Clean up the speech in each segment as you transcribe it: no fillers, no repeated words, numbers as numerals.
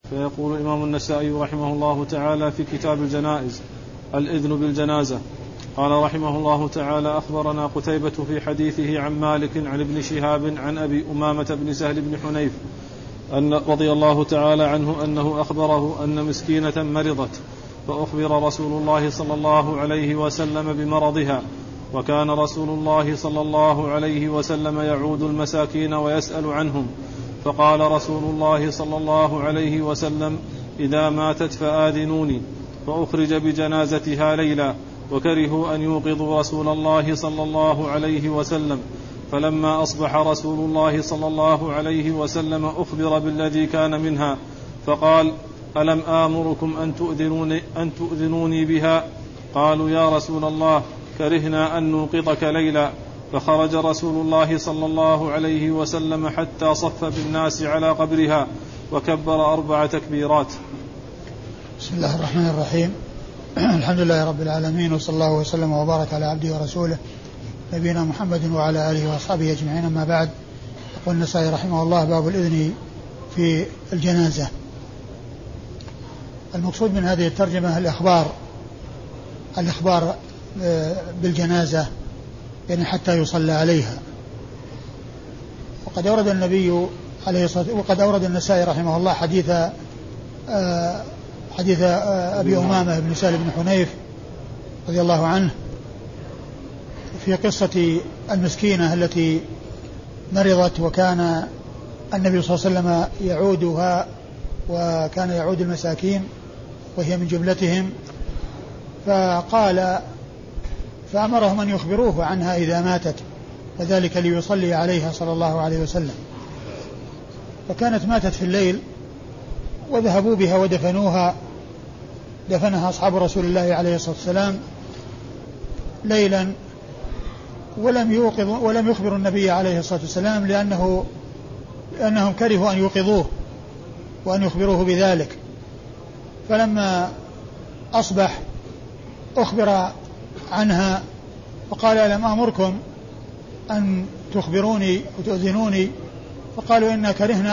فيقول الإمام النسائي رحمه الله تعالى في كتاب الجنائز: الإذن بالجنازة. قال رحمه الله تعالى: أخبرنا قتيبة في حديثه عن مالك عن ابن شهاب عن أبي أمامة بن سهل بن حنيف أن رضي الله تعالى عنه أنه أخبره أن مسكينة مرضت، فأخبر رسول الله صلى الله عليه وسلم بمرضها، وكان رسول الله صلى الله عليه وسلم يعود المساكين ويسأل عنهم، فقال رسول الله صلى الله عليه وسلم: إذا ماتت فآذنوني، فأخرج بجنازتها ليلا، وكرهوا أن يوقظوا رسول الله صلى الله عليه وسلم. فلما أصبح رسول الله صلى الله عليه وسلم أخبر بالذي كان منها، فقال: ألم آمركم أن تؤذنوني بها؟ قالوا: يا رسول الله، كرهنا أن نوقظك ليلا. فخرج رسول الله صلى الله عليه وسلم حتى صف بالناس على قبرها، وكبر 4 تكبيرات. بسم الله الرحمن الرحيم. الحمد لله رب العالمين، وصلى الله وسلم وبارك على عبده ورسوله نبينا محمد وعلى آله وأصحابه أجمعين، أما بعد. يقول النسائي رحمه الله: باب الإذن في الجنازة. المقصود من هذه الترجمة الإخبار بالجنازة، يعني حتى يصلى عليها. وقد أورد النبي عليه الصلاة وقد أورد النسائي رحمه الله حديث أبي أمامة بن سهل بن حنيف رضي الله عنه في قصة المسكينة التي مرضت، وكان النبي صلى الله عليه وسلم يعودها، وكان يعود المساكين وهي من جملتهم، فأمرهم أن يخبروه عنها إذا ماتت، وذلك ليصلي عليها صلى الله عليه وسلم. فكانت ماتت في الليل، وذهبوا بها دفنها أصحاب رسول الله عليه الصلاة والسلام ليلا، ولم يخبروا النبي عليه الصلاة والسلام لأنهم كرهوا أن يوقظوه وأن يخبروه بذلك. فلما أصبح أخبر عنها، فقال: ألم أمركم أن تخبروني وتؤذنوني؟ فقالوا: إنا كرهنا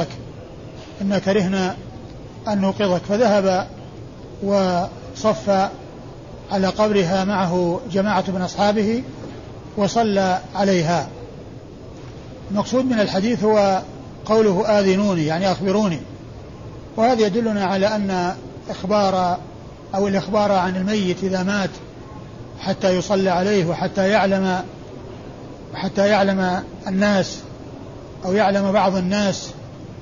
أن نوقظك. فذهب وصف على قبرها معه جماعة من أصحابه وصلى عليها. المقصود من الحديث هو قوله: آذنوني، يعني أخبروني. وهذا يدلنا على أن الإخبار عن الميت إذا مات حتى يصلى عليه، وحتى يعلم الناس أو يعلم بعض الناس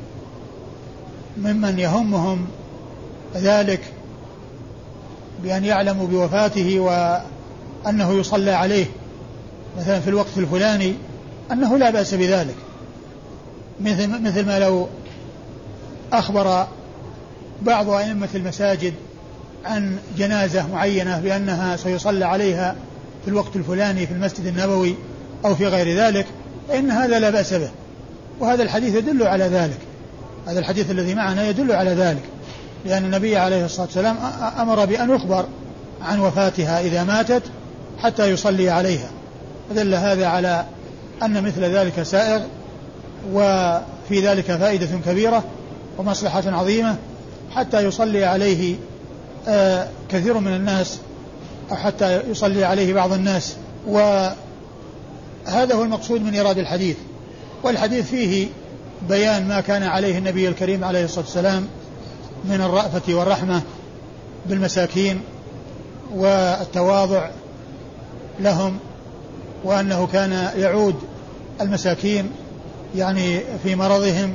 ممن يهمهم ذلك بأن يعلموا بوفاته وأنه يصلى عليه مثلا في الوقت الفلاني، أنه لا بأس بذلك، مثل ما لو أخبر بعض أئمة المساجد عن جنازة معينة بأنها سيصلى عليها في الوقت الفلاني في المسجد النبوي أو في غير ذلك، فإن هذا لا بأس به. وهذا الحديث يدل على ذلك، هذا الحديث الذي معنا يدل على ذلك، لأن النبي عليه الصلاة والسلام أمر بأن يخبر عن وفاتها إذا ماتت حتى يصلي عليها، فدل هذا على أن مثل ذلك سائغ، وفي ذلك فائدة كبيرة ومصلحة عظيمة، حتى يصلي عليه كثير من الناس، أو حتى يصلي عليه بعض الناس. وهذا هو المقصود من إيراد الحديث. والحديث فيه بيان ما كان عليه النبي الكريم عليه الصلاة والسلام من الرأفة والرحمة بالمساكين والتواضع لهم، وأنه كان يعود المساكين يعني في مرضهم.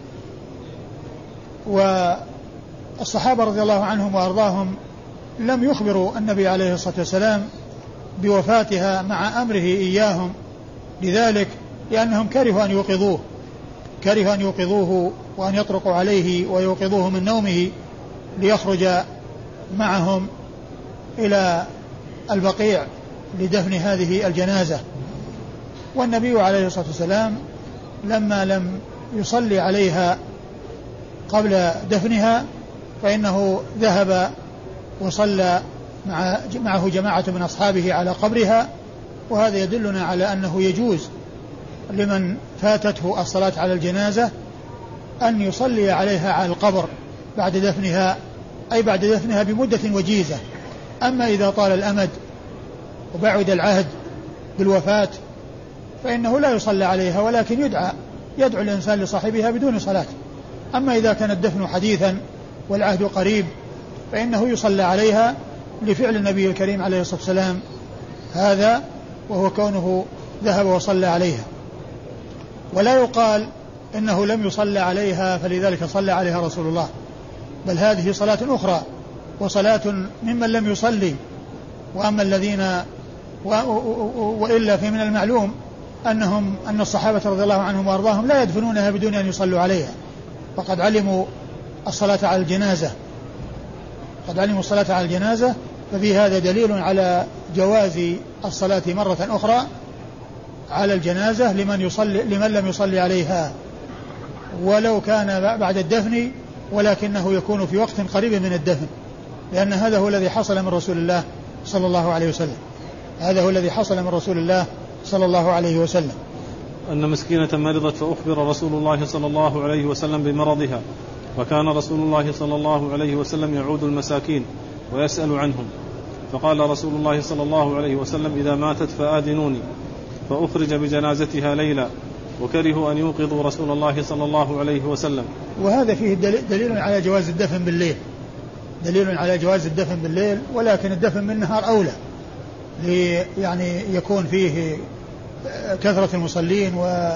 والصحابة رضي الله عنهم وأرضاهم لم يخبروا النبي عليه الصلاة والسلام بوفاتها مع أمره إياهم لذلك، لأنهم كرهوا أن يوقظوه وأن يطرقوا عليه ويوقظوه من نومه ليخرج معهم إلى البقيع لدفن هذه الجنازة. والنبي عليه الصلاة والسلام لما لم يصلي عليها قبل دفنها فإنه ذهب وصلى معه جماعة من أصحابه على قبرها. وهذا يدلنا على أنه يجوز لمن فاتته الصلاة على الجنازة أن يصلي عليها على القبر بعد دفنها أي بعد دفنها بمدة وجيزة. أما إذا طال الأمد وبعد العهد بالوفاة فإنه لا يصلى عليها، ولكن يدعو الإنسان لصاحبها بدون صلاة. أما إذا كان الدفن حديثا والعهد قريب فإنه يصلى عليها لفعل النبي الكريم عليه الصلاة والسلام هذا، وهو كونه ذهب وصلى عليها. ولا يقال إنه لم يصلى عليها فلذلك صلى عليها رسول الله، بل هذه صلاة أخرى وصلاة ممن لم يصلي. وأما الذين وإلا في من المعلوم أن الصحابة رضي الله عنهم وأرضاهم لا يدفنونها بدون أن يصلوا عليها، فقد علموا الصلاة على الجنازة، ففي هذا دليل على جواز الصلاة مرة أخرى على الجنازة لمن لم يصلي عليها ولو كان بعد الدفن، ولكنه يكون في وقت قريب من الدفن، لأن هذا هو الذي حصل من رسول الله صلى الله عليه وسلم. أن مسكينة مرضت فأخبر رسول الله صلى الله عليه وسلم بمرضها، وكان رسول الله صلى الله عليه وسلم يعود المساكين ويسأل عنهم، فقال رسول الله صلى الله عليه وسلم: إذا ماتت فآذنوني، فأخرج بجنازتها ليلا، وكرهوا أن يوقظوا رسول الله صلى الله عليه وسلم. وهذا فيه دليل على جواز الدفن بالليل، ولكن الدفن بالنهار أولى، يعني يكون فيه كثرة المصلين،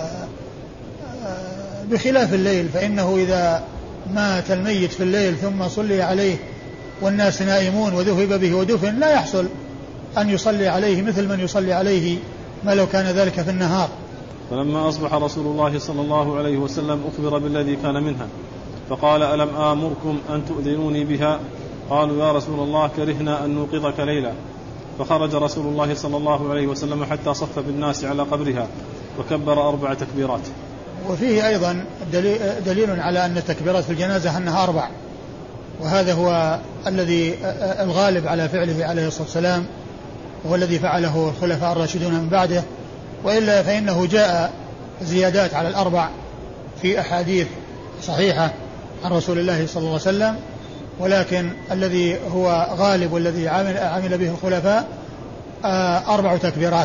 بخلاف الليل فإنه إذا مات الميت في الليل ثم صلي عليه والناس نائمون وذهب به ودفن لا يحصل أن يصلي عليه مثل من يصلي عليه ما لو كان ذلك في النهار. فلما أصبح رسول الله صلى الله عليه وسلم أخبر بالذي كان منها، فقال: ألم آمركم أن تؤذنوني بها؟ قالوا: يا رسول الله كرهنا أن نوقظك ليلا. فخرج رسول الله صلى الله عليه وسلم حتى صف بالناس على قبرها وكبر 4 تكبيرات. وفيه أيضا دليل على أن التكبيرات في الجنازة أنها 4، وهذا هو الذي الغالب على فعله عليه الصلاة والسلام، وهو الذي فعله الخلفاء الراشدون من بعده، وإلا فإنه جاء زيادات على 4 في أحاديث صحيحة عن رسول الله صلى الله عليه وسلم، ولكن الذي هو غالب والذي عمل به الخلفاء 4 تكبيرات.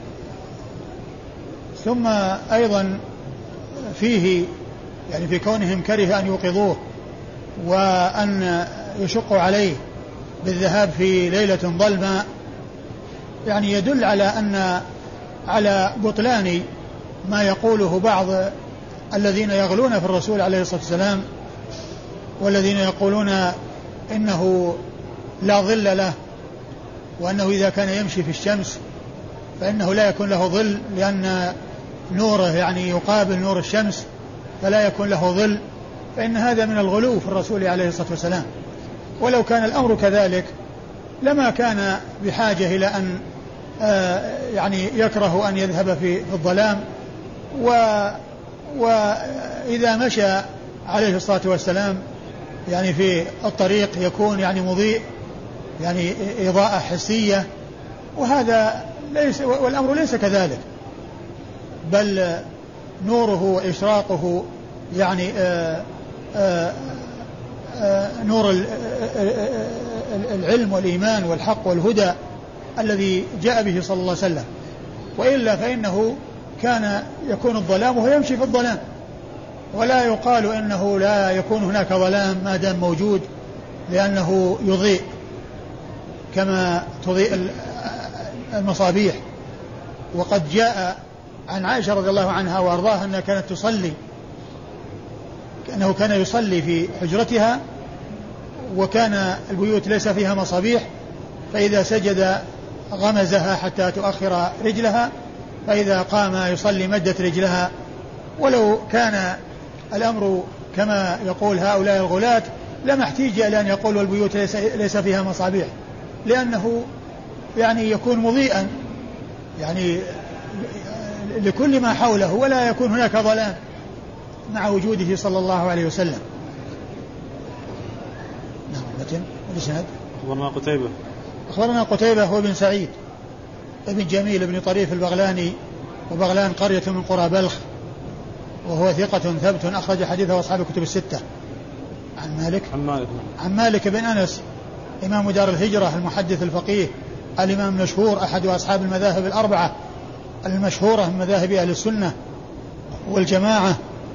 ثم أيضا فيه يعني في كونهم كره أن يوقظوه وأن يشقوا عليه بالذهاب في ليلة ظلمة، يعني يدل على بطلان ما يقوله بعض الذين يغلون في الرسول عليه الصلاة والسلام، والذين يقولون إنه لا ظل له، وأنه إذا كان يمشي في الشمس فإنه لا يكون له ظل، لأن نوره يعني يقابل نور الشمس فلا يكون له ظل، فإن هذا من الغلو في الرسول عليه الصلاة والسلام. ولو كان الأمر كذلك لما كان بحاجة إلى أن يعني يكره أن يذهب في الظلام، وإذا مشى عليه الصلاة والسلام يعني في الطريق يكون يعني مضيء، يعني إضاءة حسية، وهذا والأمر ليس كذلك، بل نوره وإشراقه يعني نور العلم والإيمان والحق والهدى الذي جاء به صلى الله عليه وسلم. وإلا فإنه كان يكون الظلام وهو يمشي في الظلام، ولا يقال إنه لا يكون هناك ظلام ما دام موجود، لأنه يضيء كما تضيء المصابيح. وقد جاء عن عائشة رضي الله عنها وأرضاها أنها أنه كان يصلي في حجرتها، وكان البيوت ليس فيها مصابيح، فإذا سجد غمزها حتى تؤخر رجلها، فإذا قام يصلي مدت رجلها. ولو كان الأمر كما يقول هؤلاء الغلاة لما احتيج إلى أن يقول والبيوت ليس فيها مصابيح، لأنه يعني يكون مضيئا يعني لكل ما حوله، ولا يكون هناك ظلام مع وجوده صلى الله عليه وسلم. نعم. متن والإسناد. أخبرنا قتيبة هو بن سعيد ابن جميل بن طريف البغلاني، وبغلان قرية من قرى بلخ، وهو ثقة ثبت أخرج حديثه أصحاب الكتب 6. عن مالك بن أنس إمام دار الهجرة المحدث الفقيه الإمام المشهور أحد أصحاب المذاهب الأربعة المشهورة من مذاهب أهل السنة والجماعة،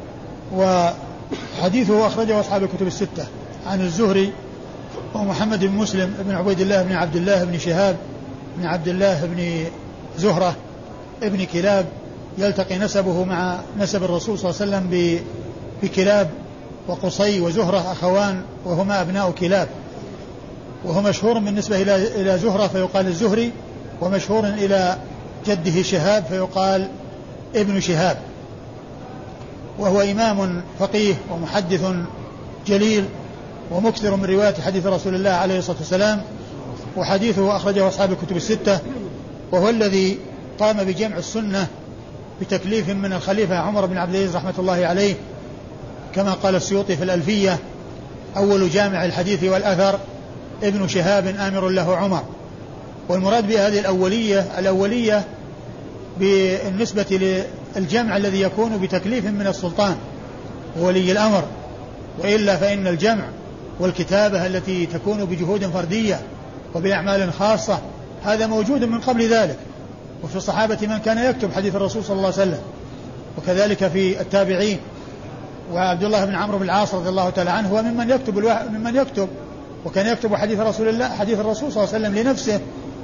وحديثه أخرجه أصحاب الكتب الستة. عن الزهري ومحمد بن مسلم بن عبيد الله بن عبد الله بن شهاب بن عبد الله بن زهرة ابن كلاب، يلتقي نسبه مع نسب الرسول صلى الله عليه وسلم بكلاب، وقصي وزهرة أخوان وهما أبناء كلاب، وهو مشهور بالنسبة إلى زهرة فيقال الزهري، ومشهور إلى جده شهاب فيقال ابن شهاب، وهو إمام فقيه ومحدث جليل ومكثر من رواية حديث رسول الله عليه الصلاة والسلام، وحديثه أخرجه أصحاب الكتب الستة، وهو الذي قام بجمع السنة بتكليف من الخليفة عمر بن عبد العزيز رحمة الله عليه، كما قال السيوطي في الألفية: أول جامع الحديث والأثر ابن شهاب آمر له عمر. والمراد بهذه الأولية بالنسبة للجمع الذي يكون بتكليف من السلطان ولي الأمر، وإلا فإن الجمع والكتابة التي تكون بجهود فردية وبأعمال خاصة هذا موجود من قبل ذلك، وفي الصحابة من كان يكتب حديث الرسول صلى الله عليه وسلم، وكذلك في التابعين. وعبد الله بن عمرو بن العاص رضي الله تعالى عنه هو ممن يكتب وكان يكتب حديث الرسول صلى الله عليه وسلم لنفسه.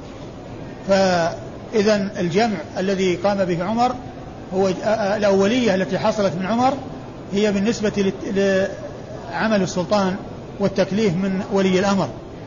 فإذا الجمع الذي قام به عمر هو الأولية التي حصلت من عمر هي بالنسبة لعمل السلطان والتكليف من ولي الأمر.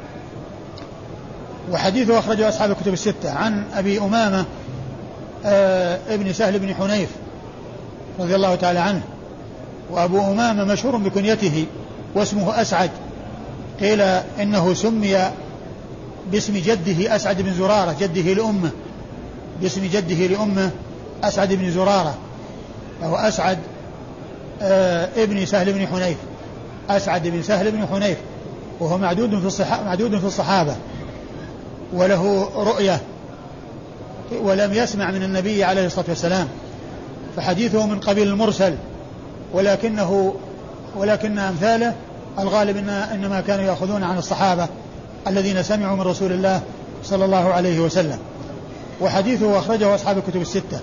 وحديثه أخرجه أصحاب الكتب الستة. عن أبي أمامة ابن سهل بن حنيف رضي الله تعالى عنه، وأبو أمامة مشهور بكنيته واسمه أسعد، قيل إنه سمي باسم جده أسعد بن زرارة جده لأمه، باسم جده لأمه أسعد بن زرارة، وهو أسعد ابن سهل بن حنيف، أسعد بن سهل بن حنيف، وهو معدود في الصحابة، وله رؤية ولم يسمع من النبي عليه الصلاة والسلام، فحديثه من قبيل المرسل، ولكن أمثاله الغالب إنما كانوا يأخذون عن الصحابة الذين سمعوا من رسول الله صلى الله عليه وسلم. وحديثه أخرجه أصحاب الكتب الستة.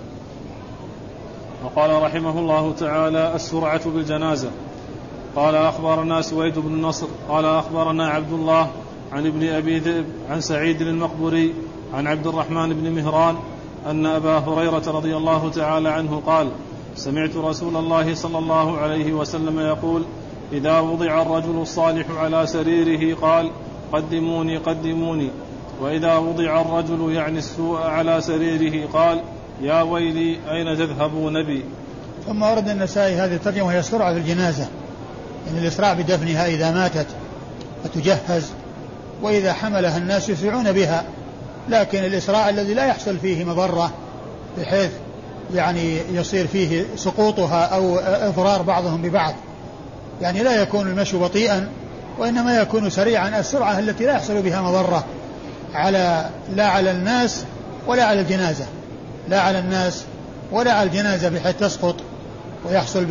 وقال رحمه الله تعالى: السرعة بالجنازة. قال: أخبرنا سويد بن نصر قال: أخبرنا عبد الله عن ابن أبي ذئب عن سعيد المقبري عن عبد الرحمن بن مهران أن أبا هريرة رضي الله تعالى عنه قال: سمعت رسول الله صلى الله عليه وسلم يقول: إذا وضع الرجل الصالح على سريره قال: قدموني قدموني. وإذا وضع الرجل يعني السوء على سريره قال: يا ويلي أين تذهبون بي. ثم ورد النسائي هذه الترجمة وهي السرعة في الجنازة، يعني الإسراع بدفنها إذا ماتت وتجهز، وإذا حملها الناس يسرعون بها، لكن الإسراع الذي لا يحصل فيه مضرة بحيث يعني يصير فيه سقوطها أو إضرار بعضهم ببعض، يعني لا يكون المشي بطيئا وإنما يكون سريعا، السرعة التي لا يحصل بها مضرة لا على الناس ولا على الجنازة، لا على الناس ولا على الجنازة بحيث تسقط ويحصل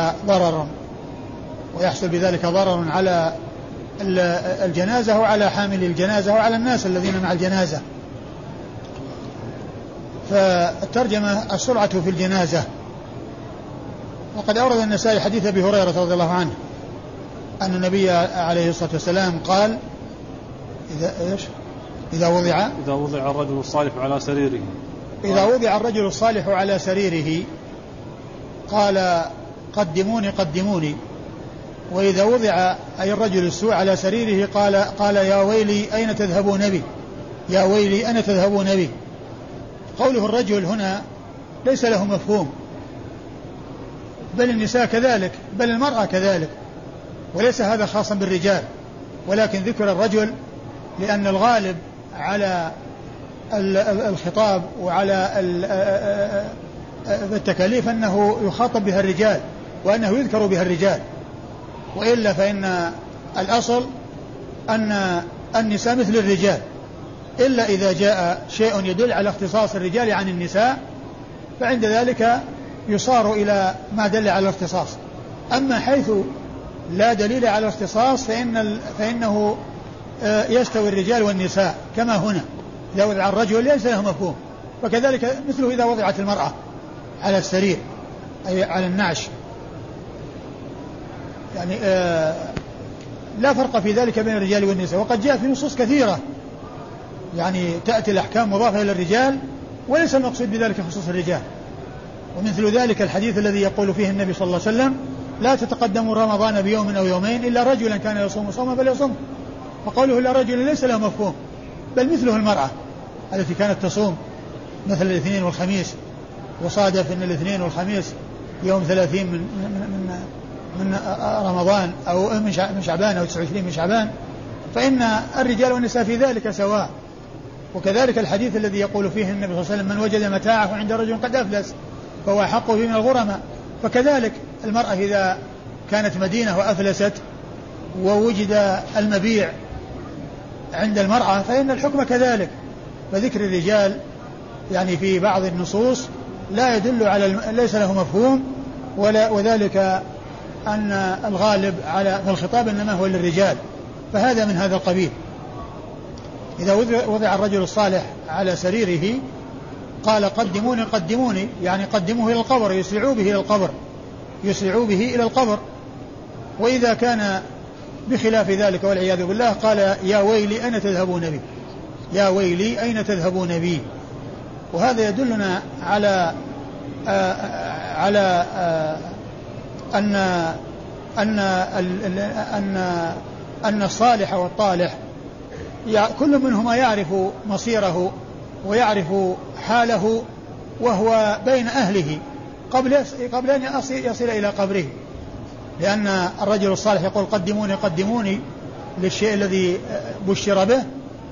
بذلك ضرر على الجنازة وعلى حامل الجنازة وعلى الناس الذين مع الجنازة. فالترجمة السرعة في الجنازة. وقد أورد النسائي حديث أبي هريرة رضي الله عنه أن النبي عليه الصلاة والسلام قال: إذا وضع الرجل الصالح على سريره، إذا وضع الرجل الصالح على سريره قال: قدموني قدموني. وإذا وضع أي الرجل السوء على سريره قال: يا ويلي أين تذهبون بي، يا ويلي أين تذهبون بي. قوله الرجل هنا ليس له مفهوم، بل النساء كذلك، بل المرأة كذلك، وليس هذا خاصا بالرجال، ولكن ذكر الرجل لأن الغالب على الخطاب وعلى التكاليف أنه يخاطب بها الرجال وأنه يذكر بها الرجال، وإلا فإن الأصل أن النساء مثل الرجال، إلا إذا جاء شيء يدل على اختصاص الرجال عن النساء فعند ذلك يصار إلى ما دل على الاختصاص. أما حيث لا دليل على الاختصاص فإنه يستوي الرجال والنساء كما هنا، إذا وضع الرجل ليس له مفهوم، وكذلك مثله إذا وضعت المرأة على السرير أي على النعش، يعني لا فرق في ذلك بين الرجال والنساء. وقد جاء في نصوص كثيرة يعني تأتي الأحكام مضافة إلى الرجال وليس المقصود بذلك خصوص الرجال، ومثل ذلك الحديث الذي يقول فيه النبي صلى الله عليه وسلم لا تتقدموا رمضان بيوم أو يومين إلا رجلا كان يصوم صوما فليصوم، وقوله لا رجل ليس له مفهوم، بل مثله المرأة التي كانت تصوم مثل الاثنين والخميس، وصادف أن الاثنين والخميس يوم 30 من رمضان أو من شعبان أو 29 من شعبان، فإن الرجال والنساء في ذلك سواء. وكذلك الحديث الذي يقول فيه النبي صلى الله عليه وسلم من وجد متاعه عند رجل قد أفلس فهو أحق به من الغرماء، فكذلك المرأة إذا كانت مدينة وأفلست ووجد المبيع عند المرأة فإن الحكم كذلك. فذكر الرجال يعني في بعض النصوص لا يدل على ليس له مفهوم، وذلك أن الغالب على في الخطاب إنما هو للرجال، فهذا من هذا القبيل. إذا وضع الرجل الصالح على سريره قال قدموني قدموني، يعني قدموه إلى القبر، يسرعوا به إلى القبر، يسرعوا به إلى القبر. وإذا كان بخلاف ذلك والعياذ بالله قال يا ويلي أين تذهبون بي، يا ويلي أين تذهبون بي. وهذا يدلنا على أن الصالح والطالح كل منهما يعرف مصيره ويعرف حاله وهو بين أهله قبل أن يصل إلى قبره، لأن الرجل الصالح يقول قدموني قدموني للشيء الذي بشر به،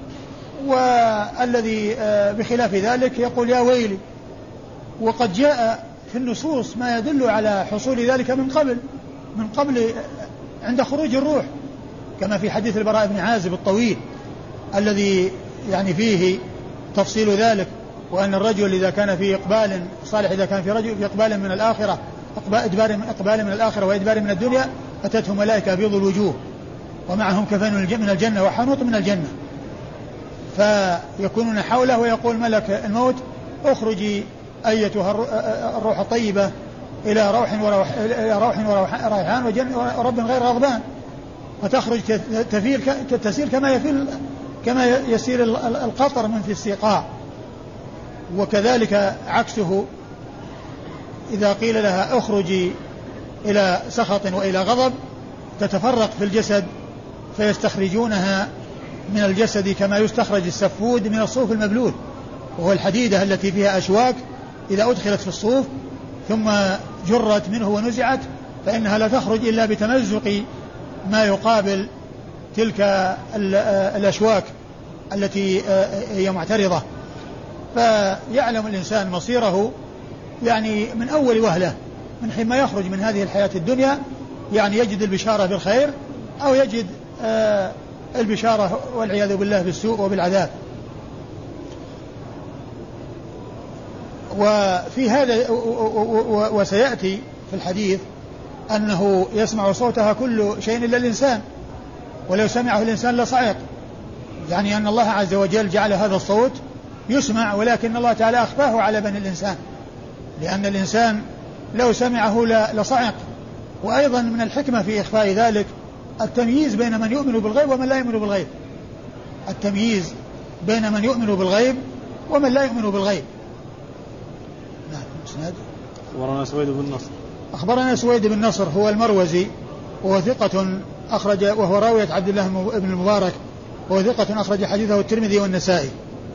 والذي بخلاف ذلك يقول يا ويلي. وقد جاء في النصوص ما يدل على حصول ذلك من قبل عند خروج الروح، كما في حديث البراء بن عازب الطويل الذي يعني فيه تفصيل ذلك، وأن الرجل إذا كان في إقبال صالح إذا كان في رجل في إقبال من الآخرة إقبال من الآخرة وإدبار من الدنيا أتته ملائكة بيض الوجوه ومعهم كفن من الجنة وحنوط من الجنة، فيكونون حوله ويقول ملك الموت اخرجي أيتها الروح الطيبة إلى روح وريحان ورب غير غضبان، فتخرج تسير كما يسير القطر من في السقاء. وكذلك عكسه إذا قيل لها اخرجي إلى سخط وإلى غضب تتفرق في الجسد فيستخرجونها من الجسد كما يستخرج السفود من الصوف المبلول، وهو الحديدة التي فيها أشواك إذا أدخلت في الصوف ثم جرت منه ونزعت فإنها لا تخرج إلا بتمزق ما يقابل تلك الأشواك التي هي معترضة. فيعلم الإنسان مصيره يعني من أول وهلة من حين ما يخرج من هذه الحياة الدنيا، يعني يجد البشارة بالخير أو يجد البشارة والعياذ بالله بالسوء وبالعذاب. وفي هذا وسيأتي في الحديث أنه يسمع صوتها كل شيء إلا الإنسان، ولو سمعه الإنسان لصعق، يعني أن الله عز وجل جعل هذا الصوت يسمع، ولكن الله تعالى أخفاه على بني الإنسان، لأن الإنسان لو سمعه لصعق. وأيضا من الحكمة في إخفاء ذلك التمييز بين من يؤمن بالغيب ومن لا يؤمن بالغيب، التمييز بين من يؤمن بالغيب ومن لا يؤمن بالغيب. أخبرنا سويد بن نصر. أخبرنا سويد بن نصر هو المروزي وهو ثقة أخرج، وهو راوية عبد الله بن المبارك، وهو ثقة أخرج حديثه الترمذي والنسائي.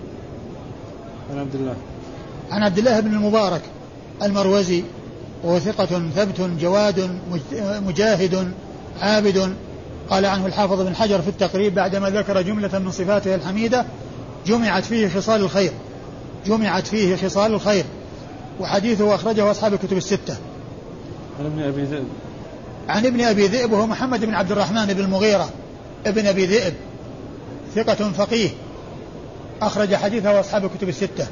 عن عبد الله بن المبارك المروزي وهو ثقة ثبت جواد مجاهد عابد. قال عنه الحافظ بن حجر في التقريب بعدما ذكر جملة من صفاته الحميدة جمعت فيه خصال الخير، وحديثه أخرجه أصحاب الكتب الستة. عن ابن أبي ذئب وهو محمد بن عبد الرحمن بن المغيرة ابن أبي ذئب ثقة فقيه أخرج حديثه أصحاب الكتب الستة.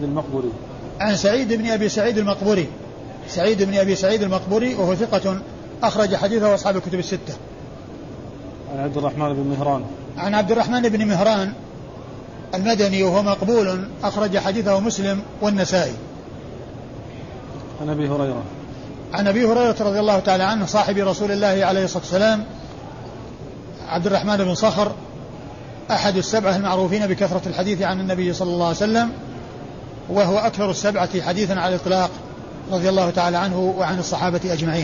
عن سعيد بن أبي سعيد المقبري، سعيد بن أبي سعيد المقبري وهو ثقة أخرج حديثه أصحاب الكتب الستة. عن عبد الرحمن بن مهران. عن عبد الرحمن بن مهران المدني وهو مقبول، أخرج حديثه مسلم والنسائي. عن أبي هريرة. عن أبي هريرة رضي الله تعالى عنه صاحب رسول الله عليه الصلاة والسلام، عبد الرحمن بن صخر، أحد السبعة المعروفين بكثرة الحديث عن النبي صلى الله عليه وسلم، وهو أكثر السبعة حديثا على الإطلاق رضي الله تعالى عنه وعن الصحابة أجمعين.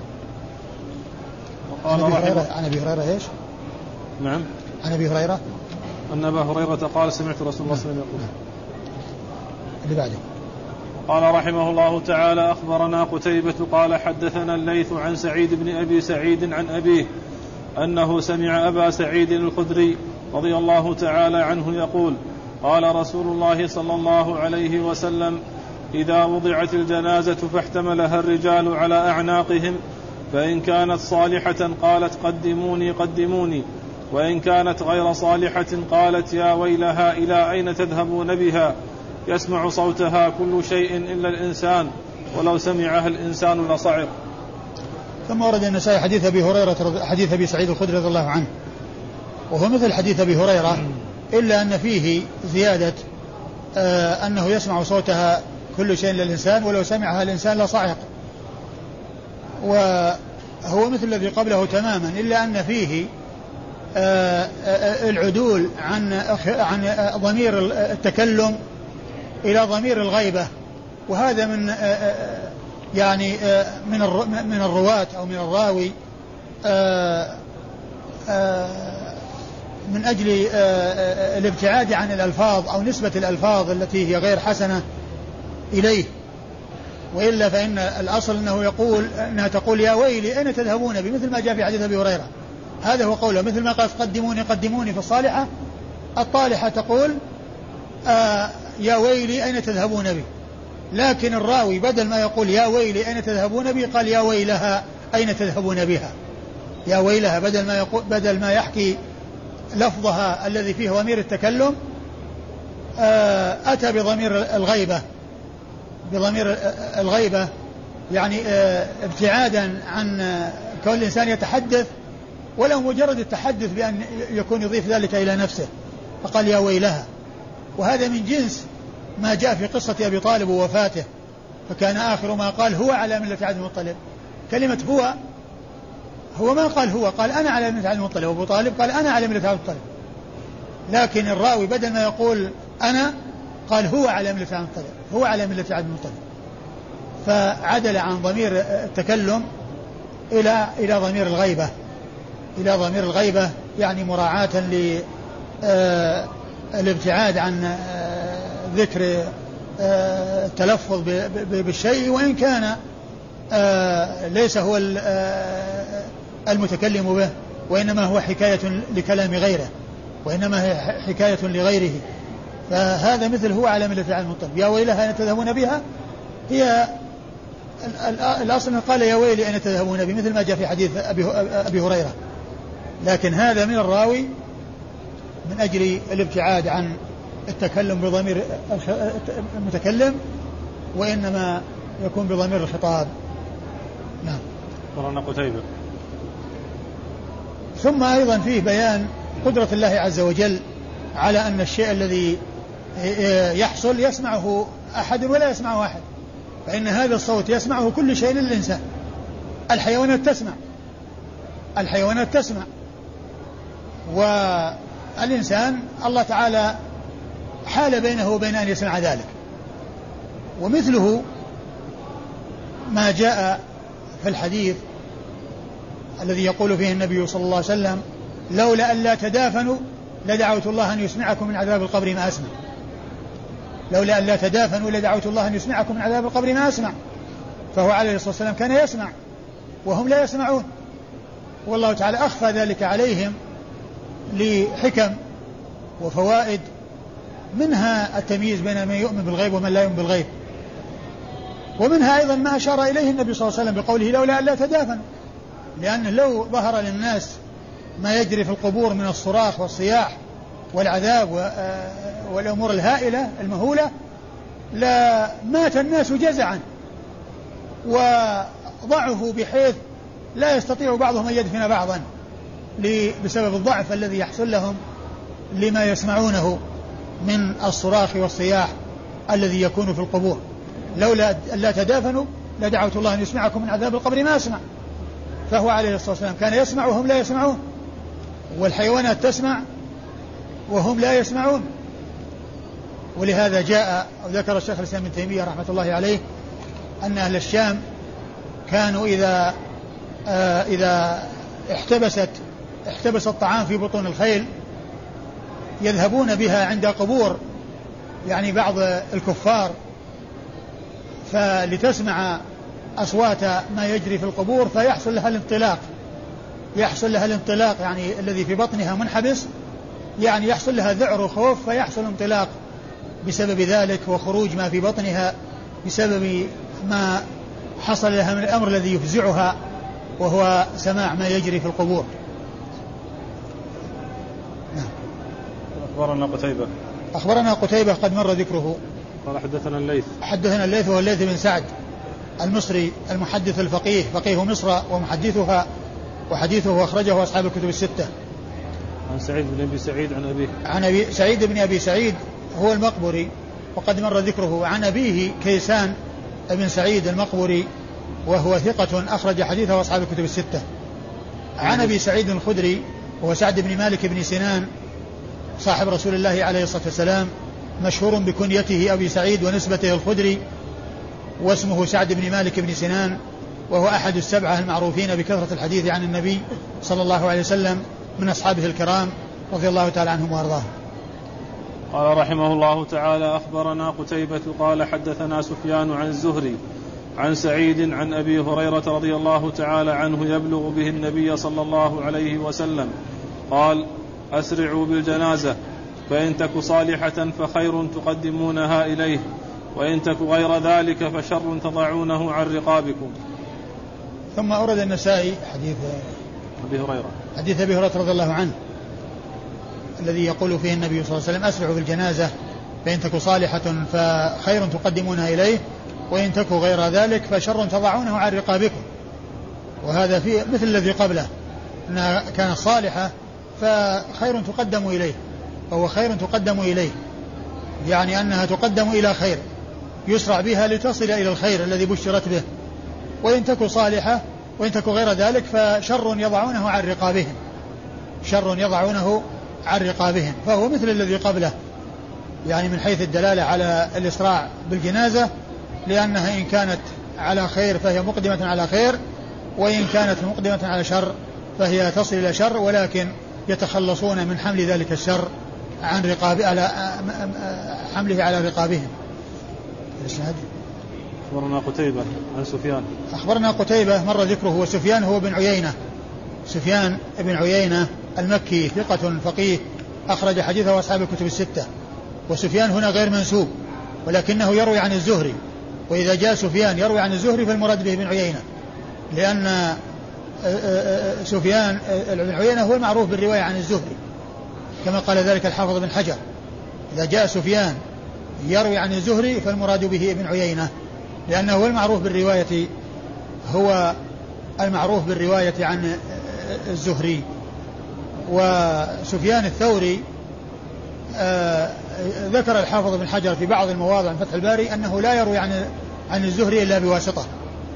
عن أبي هريرة إيش؟ نعم. عن أبي هريرة أن أبا هريرة قال سمعت رسول الله صلى الله عليه وسلم يقول. اللي بعده. قال رحمه الله تعالى أخبرنا قتيبة قال حدثنا الليث عن سعيد بن أبي سعيد عن أبيه أنه سمع أبا سعيد الخدري رضي الله تعالى عنه يقول قال رسول الله صلى الله عليه وسلم إذا وضعت الجنازة فاحتملها الرجال على أعناقهم فإن كانت صالحة قالت قدموني قدموني، وإن كانت غير صالحة قالت يا ويلها إلى أين تذهبون بها، يسمع صوتها كل شيء إلا الإنسان ولو سمعها الإنسان لصعق. ثم ورد النسائي حديث أبي هريرة حديث أبي سعيد الخدري رضي الله عنه، وهو مثل حديث أبي هريرة إلا أن فيه زيادة أنه يسمع صوتها كل شيء إلا الإنسان ولو سمعها الإنسان لصعق، وهو مثل الذي قبله تماما، إلا أن فيه العدول عن ضمير التكلم إلى ضمير الغيبة، وهذا من يعني من الرواة أو من الراوي من أجل الابتعاد عن الألفاظ أو نسبة الألفاظ التي هي غير حسنة إليه، وإلا فإن الأصل أنها تقول يا ويلي أين تذهبون بي، مثل ما جاء في حديث أبي هريرة، هذا هو قوله، مثل ما قال قدموني قدموني في الصالحة، الطالحة تقول يا ويلي أين تذهبون بي، لكن الراوي بدل ما يقول يا ويلي أين تذهبون بي قال يا ويلها أين تذهبون بها، يا ويلها بدل ما يحكي لفظها الذي فيه ضمير التكلم أتى بضمير الغيبة يعني ابتعادا عن كون الإنسان يتحدث ولو مجرد التحدث بأن يكون يضيف ذلك إلى نفسه، فقال يا ويلها، وهذا من جنس ما جاء في قصة أبي طالب ووفاته، فكان آخر ما قال هو على ملة عبد المطلب، كلمة هو ما قال هو، قال أنا على ملة عبد المطلب، وأبو طالب قال أنا على ملة عبد المطلب، لكن الراوي بدل ما يقول أنا قال هو على ملة عبد المطلب، هو على ملة عبد المطلب، فعدل عن ضمير التكلم إلى ضمير الغيبة، يعني مراعاة للابتعاد عن ذكر التلفظ بالشيء، وإن كان ليس هو المتكلم به، وإنما هو حكاية لكلام غيره، وإنما هي حكاية لغيره، فهذا مثل هو على ملة عبد المطلب، يا ويلها أين تذهبون بها، هي الأصل قال يا ويلي أين تذهبون بي، مثل ما جاء في حديث أبي هريرة، لكن هذا من الراوي من أجل الابتعاد عن التكلم بضمير المتكلم، وإنما يكون بضمير الخطاب. نعم. قرأنا قتيبة. ثم أيضا فيه بيان قدرة الله عز وجل على أن الشيء الذي يحصل يسمعه أحد ولا يسمعه أحد، فإن هذا الصوت يسمعه كل شيء للإنسان، الحيوانات تسمع، والإنسان الله تعالى حال بينه وبين أن يسمع ذلك. ومثله ما جاء في الحديث الذي يقول فيه النبي صلى الله عليه وسلم لولا أن لا تدافنوا لدعوت الله أن يسمعكم من عذاب القبر ما أسمع، لولا أن لا تدافنوا لدعوت الله أن يسمعكم من عذاب القبر ما أسمع، فهو عليه الصلاة والسلام كان يسمع وهم لا يسمعون، والله تعالى أخفى ذلك عليهم لحكم وفوائد، منها التمييز بين من يؤمن بالغيب ومن لا يؤمن بالغيب، ومنها أيضا ما أشار إليه النبي صلى الله عليه وسلم بقوله لولا أن لا تدافنوا، لأنه لو ظهر للناس ما يجري في القبور من الصراخ والصياح والعذاب والأمور الهائلة المهولة لا مات الناس جزعا وضعفوا بحيث لا يستطيع بعضهم أن يدفن بعضا بسبب الضعف الذي يحصل لهم لما يسمعونه من الصراخ والصياح الذي يكون في القبور. لولا لا تدافنوا لدعوت الله أن يسمعكم من عذاب القبر ما أسمع. فهو عليه الصلاة والسلام كان يسمع وهم لا يسمعون، والحيوانات تسمع وهم لا يسمعون. ولهذا جاء أو ذكر الشيخ الإسلام ابن تيمية رحمة الله عليه أن أهل الشام كانوا إذا احتبس الطعام في بطون الخيل يذهبون بها عند قبور يعني بعض الكفار فلتسمع أصوات ما يجري في القبور فيحصل لها الانطلاق يعني الذي في بطنها منحبس، يعني يحصل لها ذعر وخوف فيحصل انطلاق بسبب ذلك وخروج ما في بطنها بسبب ما حصل لها من الأمر الذي يفزعها وهو سماع ما يجري في القبور. أخبرنا قتيبة قد مر ذكره. قال حدثنا الليث وهو الليث بن سعد المصري المحدث الفقيه فقيه مصر ومحدثها وحديثه أخرجه أصحاب الكتب الستة. عن سعيد بن أبي سعيد عن أبيه. عن سعيد بن أبي سعيد هو المقبري وقد مر ذكره. عن أبيه كيسان بن سعيد المقبري وهو ثقة أخرج حديثه أصحاب الكتب الستة. عن أبي سعيد الخدري وهو سعد بن مالك بن سنان صاحب رسول الله عليه الصلاة والسلام مشهور بكنيته أبي سعيد ونسبته الخدري واسمه سعد بن مالك بن سنان وهو أحد السبعة المعروفين بكثرة الحديث عن النبي صلى الله عليه وسلم من أصحابه الكرام رضي الله تعالى عنهم وأرضاهم. قال رحمه الله تعالى أخبرنا قتيبة قال حدثنا سفيان عن الزهري عن سعيد عن أبي هريرة رضي الله تعالى عنه يبلغ به النبي صلى الله عليه وسلم قال أسرعوا بالجنازة فإن تك صالحة فخير تقدمونها إليه وإن تك غير ذلك فشر تضعونه عن رقابكم. ثم أورد النسائي حديث أبي هريرة رضي الله عنه الذي يقول فيه النبي صلى الله عليه وسلم أسرعوا بالجنازة فإن تك صالحة فخير تقدمونها إليه وإن تك غير ذلك فشر تضعونه عن رقابكم. وهذا في مثل الذي قبله أنها كانت صالحة فخير تقدم إليه فهو خير تقدم إليه يعني أنها تقدم إلى خير يسرع بها لتصل إلى الخير الذي بشرت به. وإن تك صالحة وإن تك غير ذلك فشر يضعونه عن رقابهم فهو مثل الذي قبله يعني من حيث الدلالة على الإسراع بالجنازة لأنها إن كانت على خير فهي مقدمة على خير وإن كانت مقدمة على شر فهي تصل إلى شر ولكن يتخلصون من حمل ذلك الشر عن حمله على رقابهم. أخبرنا قتيبة مر ذكره وسفيان هو بن عيينة سفيان بن عيينة المكي ثقة فقيه أخرج حديثه أصحاب الكتب الستة. وسفيان هنا غير منسوب ولكنه يروي عن الزهري وإذا جاء سفيان يروي عن الزهري فالمراد به بن عيينة لأن سفيان بن عيينة هو المعروف بالرواية عن الزهري كما قال ذلك الحافظ بن حجر إذا جاء سفيان يروي عن الزهري فالمراد به ابن عيينة لأنه هو المعروف بالرواية عن الزهري. وسفيان الثوري ذكر الحافظ بن حجر في بعض المواضع من فتح الباري أنه لا يروي عن الزهري إلا بواسطة.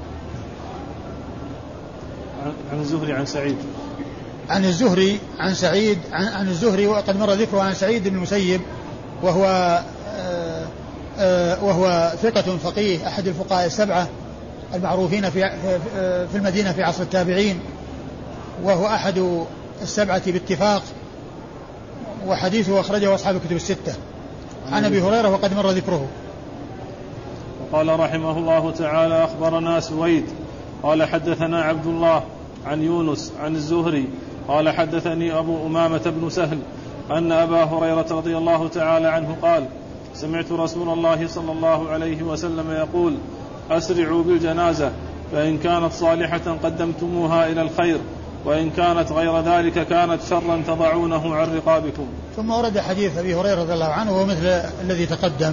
عن الزهري عن سعيد عن الزهري وقد مر ذكره عن سعيد بن المسيب وهو ثقة فقيه أحد الفقهاء السبعة المعروفين في المدينة في عصر التابعين وهو أحد السبعة باتفاق وحديثه أخرجه أصحاب الكتب الستة. عن أبي هريرة وقد مر ذكره. وقال رحمه الله تعالى أخبرنا سويد قال حدثنا عبد الله عن يونس عن الزهري قال حدثني أبو أمامة بن سهل أن أبا هريرة رضي الله تعالى عنه قال سمعت رسول الله صلى الله عليه وسلم يقول أسرعوا بالجنازة فإن كانت صالحة قدمتموها إلى الخير وإن كانت غير ذلك كانت شرا تضعونه عن رقابكم. ثم ورد حديث أبي هريرة رضي الله عنه وهو مثل الذي تقدم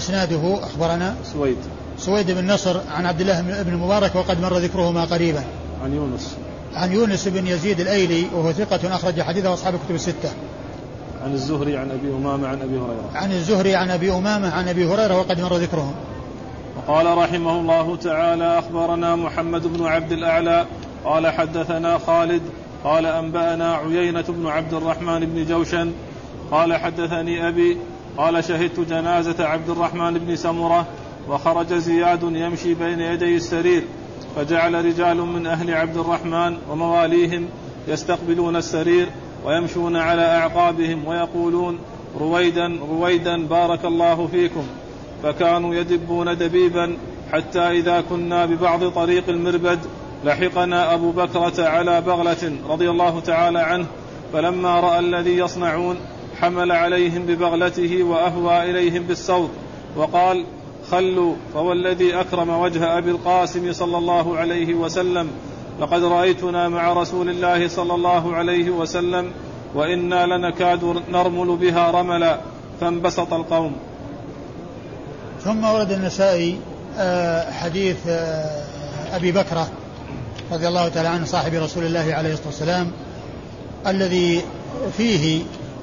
وإسناده أخبرنا سويد بن نصر عن عبد الله بن المبارك وقد مر ذكرهما قريبا. عن يونس بن يزيد الأيلي وهو ثقة أخرج حديثه أصحاب الكتب الستة. عن الزهري عن أبي أمامة عن أبي هريرة. عن الزهري عن أبي أمامة عن أبي هريرة وقد مر ذكرهم. وقال رحمه الله تعالى: أخبرنا محمد بن عبد الأعلى قال حدثنا خالد قال أنبأنا عيينة بن عبد الرحمن بن جوشن قال حدثني أبي قال: شهدت جنازة عبد الرحمن بن سمرة وخرج زياد يمشي بين يدي السرير، فجعل رجال من أهل عبد الرحمن ومواليهم يستقبلون السرير ويمشون على أعقابهم ويقولون: رويدا رويدا بارك الله فيكم. فكانوا يدبون دبيبا حتى إذا كنا ببعض طريق المربد لحقنا أبو بكرة على بغلة رضي الله تعالى عنه، فلما رأى الذي يصنعون حمل عليهم ببغلته وأهوى إليهم بالصوت وقال: خلوا، فوالذي أكرم وجه أبي القاسم صلى الله عليه وسلم لقد رأيتنا مع رسول الله صلى الله عليه وسلم وإنا لنكاد نرمل بها رملا، فانبسط القوم. ثم ورد النسائي حديث أبي بكرة رضي الله تعالى عنه صاحب رسول الله عليه الصلاة والسلام الذي فيه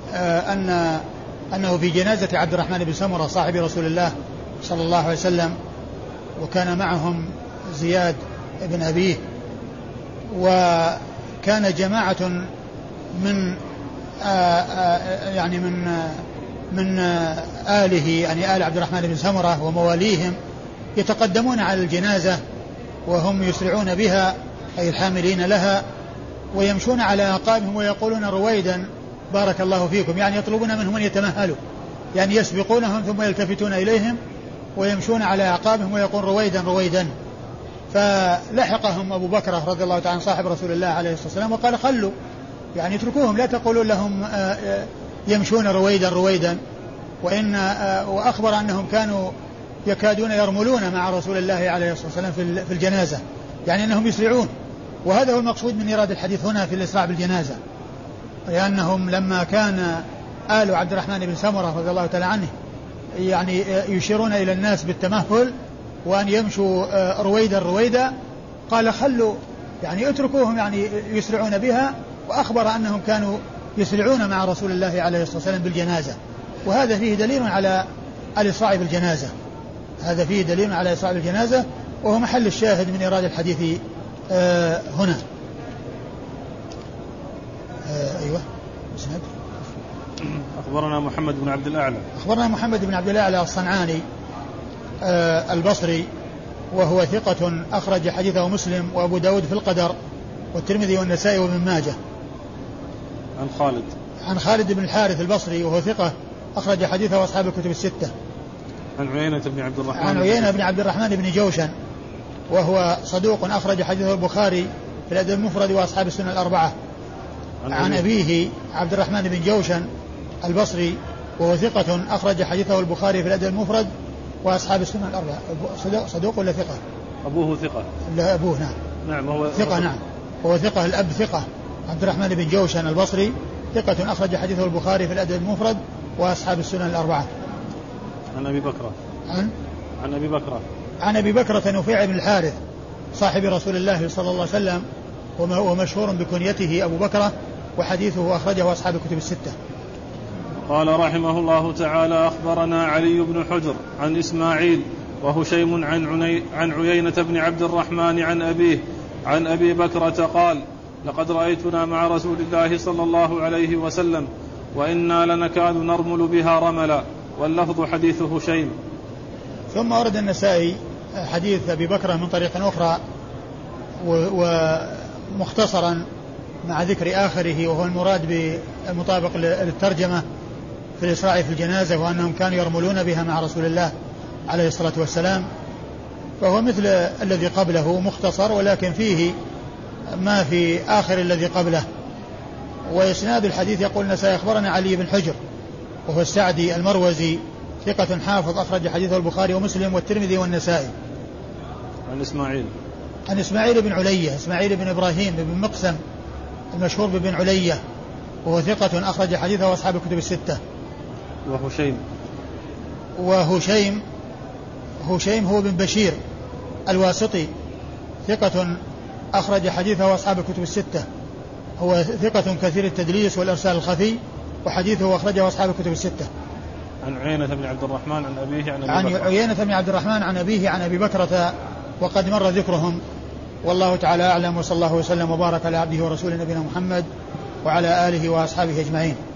أنه في جنازة عبد الرحمن بن سمرة صاحب رسول الله صلى الله عليه وسلم، وكان معهم زياد بن أبيه، وكان جماعة من يعني من آله يعني آل عبد الرحمن بن سمرة ومواليهم يتقدمون على الجنازة وهم يسرعون بها أي الحاملين لها، ويمشون على أعقابهم ويقولون: رويدا بارك الله فيكم، يعني يطلبون منهم أن يتمهلوا، يعني يسبقونهم ثم يلتفتون إليهم ويمشون على أعقابهم ويقول: رويدا رويدا. فلحقهم أبو بكر رضي الله تعالى صاحب رسول الله عليه الصلاة والسلام وقال: خلوا، يعني اتركوهم، لا تقولوا لهم يمشون رويدا رويدا. وأخبر أنهم كانوا يكادون يرملون مع رسول الله عليه الصلاة والسلام في الجنازة، يعني أنهم يسرعون. وهذا هو المقصود من إيراد الحديث هنا في الإسراع بالجنازة، لأنهم لما كان آل عبد الرحمن بن سمرة رضي الله تعالى عنه يعني يشيرون إلى الناس بالتمهل وأن يمشوا رويدا رويدا، قال: خلوا، يعني اتركوهم، يعني يسرعون بها. وأخبر أنهم كانوا يسرعون مع رسول الله عليه الصلاة والسلام بالجنازة، وهذا فيه دليل على الإسراع بالجنازة، هذا فيه دليل على الإسراع بالجنازة، وهو محل الشاهد من إيراد الحديث هنا. أيوة. أخبرنا محمد بن عبد الأعلى. أخبرنا محمد بن عبد الأعلى الصنعاني البصري، وهو ثقة أخرج حديثه مسلم وأبو داود في القدر والترمذي والنسائي وابن ماجه. عن خالد بن الحارث البصري وهو ثقة أخرج حديثه أصحاب الكتب الستة. عن عيينة بن عبد الرحمن بن جوشن وهو صدوق أخرج حديثه البخاري في الأدب المفرد وأصحاب السنن الأربعة. عن أبيه عبد الرحمن بن جوشن البصري وهو ثقة أخرج حديثه البخاري في الأدب المفرد وأصحاب السنن الأربعة. صدوق ولا ثقة؟ أبوه ثقة. لا أبوه نعم هو ثقة. نعم هو ثقة، الأب ثقة. عبد الرحمن بن جوشن البصري ثقة أخرج حديثه البخاري في الأدب المفرد وأصحاب السنن الأربعة. عن أبي بكرة. عن أبي بكرة نفيع بن الحارث صاحب رسول الله صلى الله عليه وسلم، وهو مشهور بكنيته أبو بكرة، وحديثه أخرجه أصحاب الكتب الستة. قال رحمه الله تعالى: أخبرنا علي بن حجر عن إسماعيل وهشيم عن عيينة بن عبد الرحمن عن أبيه عن أبي بكرة قال: لقد رأيتنا مع رسول الله صلى الله عليه وسلم وإنا لنكاد نرمل بها رملا، واللفظ حديث هشيم. ثم ورد النسائي حديث أبي بكرة من طريق أخرى ومختصرا مع ذكر آخره، وهو المراد بالمطابق للترجمة في الإسراع في الجنازة، وأنهم كانوا يرملون بها مع رسول الله عليه الصلاة والسلام، فهو مثل الذي قبله مختصر، ولكن فيه ما في آخر الذي قبله. وإسناد الحديث يقول النسائي: أخبرنا علي بن حجر وهو السعدي المروزي ثقة حافظ أخرج حديثه البخاري ومسلم والترمذي والنسائي. عن إسماعيل بن علية، إسماعيل بن إبراهيم بن مقسم المشهور بن علية، وهو ثقة أخرج حديثه أصحاب الكتب الستة. وهشيم هو بن بشير الواسطي ثقة أخرج حديثه أصحاب الكتب الستة. هو ثقة كثير التدليس والإرسال الخفي، وحديثه أخرجه أصحاب الكتب الستة. عن عيينة بن عبد الرحمن عن أبيه عن عيينة بن عبد الرحمن عن أبيه عن أبي بكرة، وقد مر ذكرهم. والله تعالى أعلم، وصلى الله وسلم وبارك على عبده ورسوله نبينا محمد وعلى آله وأصحابه أجمعين.